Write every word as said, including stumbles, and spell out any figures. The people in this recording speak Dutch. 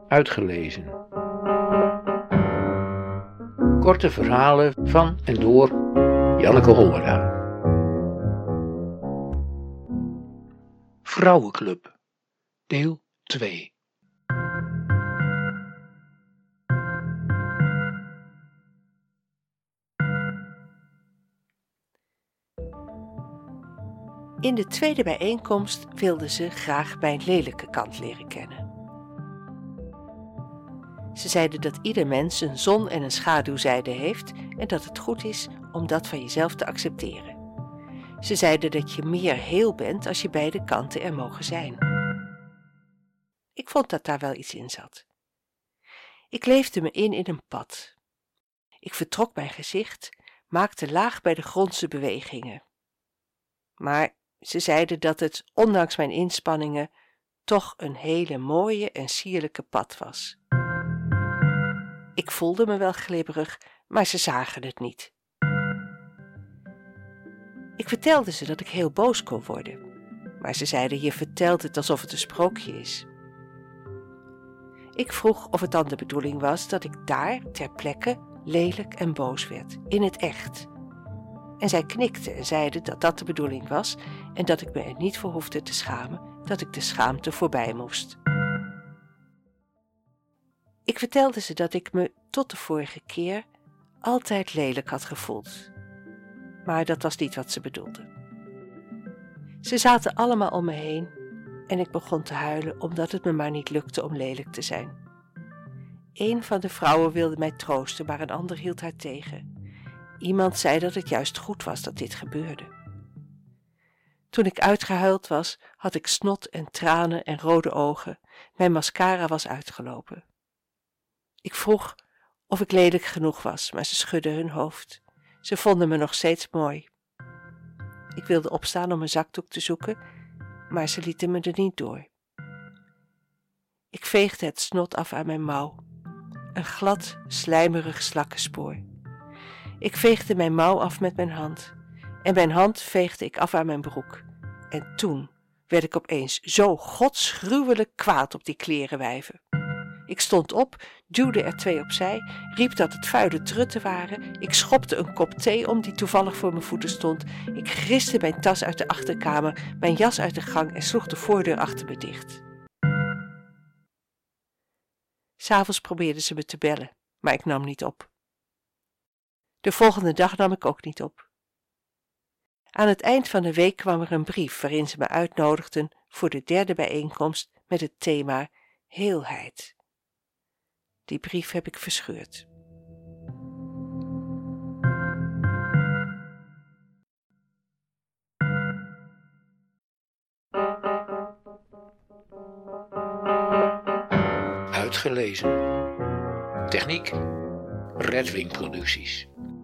Uitgelezen. Korte verhalen van en door Janneke Hollera. Vrouwenclub, deel twee. In de tweede bijeenkomst wilden ze graag mijn lelijke kant leren kennen. Ze zeiden dat ieder mens een zon- en een schaduwzijde heeft en dat het goed is om dat van jezelf te accepteren. Ze zeiden dat je meer heel bent als je beide kanten er mogen zijn. Ik vond dat daar wel iets in zat. Ik leefde me in in een pad. Ik vertrok mijn gezicht, maakte laag bij de grondse bewegingen. Maar ze zeiden dat het, ondanks mijn inspanningen, toch een hele mooie en sierlijke pad was. Ik voelde me wel glibberig, maar ze zagen het niet. Ik vertelde ze dat ik heel boos kon worden, maar ze zeiden: je vertelt het alsof het een sprookje is. Ik vroeg of het dan de bedoeling was dat ik daar ter plekke lelijk en boos werd, in het echt. En zij knikten en zeiden dat dat de bedoeling was en dat ik me er niet voor hoefde te schamen, dat ik de schaamte voorbij moest. Ik vertelde ze dat ik me tot de vorige keer altijd lelijk had gevoeld. Maar dat was niet wat ze bedoelden. Ze zaten allemaal om me heen en ik begon te huilen omdat het me maar niet lukte om lelijk te zijn. Een van de vrouwen wilde mij troosten, maar een ander hield haar tegen. Iemand zei dat het juist goed was dat dit gebeurde. Toen ik uitgehuild was, had ik snot en tranen en rode ogen. Mijn mascara was uitgelopen. Ik vroeg of ik lelijk genoeg was, maar ze schudden hun hoofd. Ze vonden me nog steeds mooi. Ik wilde opstaan om een zakdoek te zoeken, maar ze lieten me er niet door. Ik veegde het snot af aan mijn mouw. Een glad, slijmerig slakkenspoor. Ik veegde mijn mouw af met mijn hand en mijn hand veegde ik af aan mijn broek. En toen werd ik opeens zo godsgruwelijk kwaad op die klerenwijven. Ik stond op, duwde er twee opzij, riep dat het vuile trutten waren. Ik schopte een kop thee om die toevallig voor mijn voeten stond. Ik griste mijn tas uit de achterkamer, mijn jas uit de gang en sloeg de voordeur achter me dicht. 'S Avonds probeerden ze me te bellen, maar ik nam niet op. De volgende dag nam ik ook niet op. Aan het eind van de week kwam er een brief waarin ze me uitnodigden voor de derde bijeenkomst met het thema heelheid. Die brief heb ik verscheurd. Uitgelezen. Techniek Redwing Producties.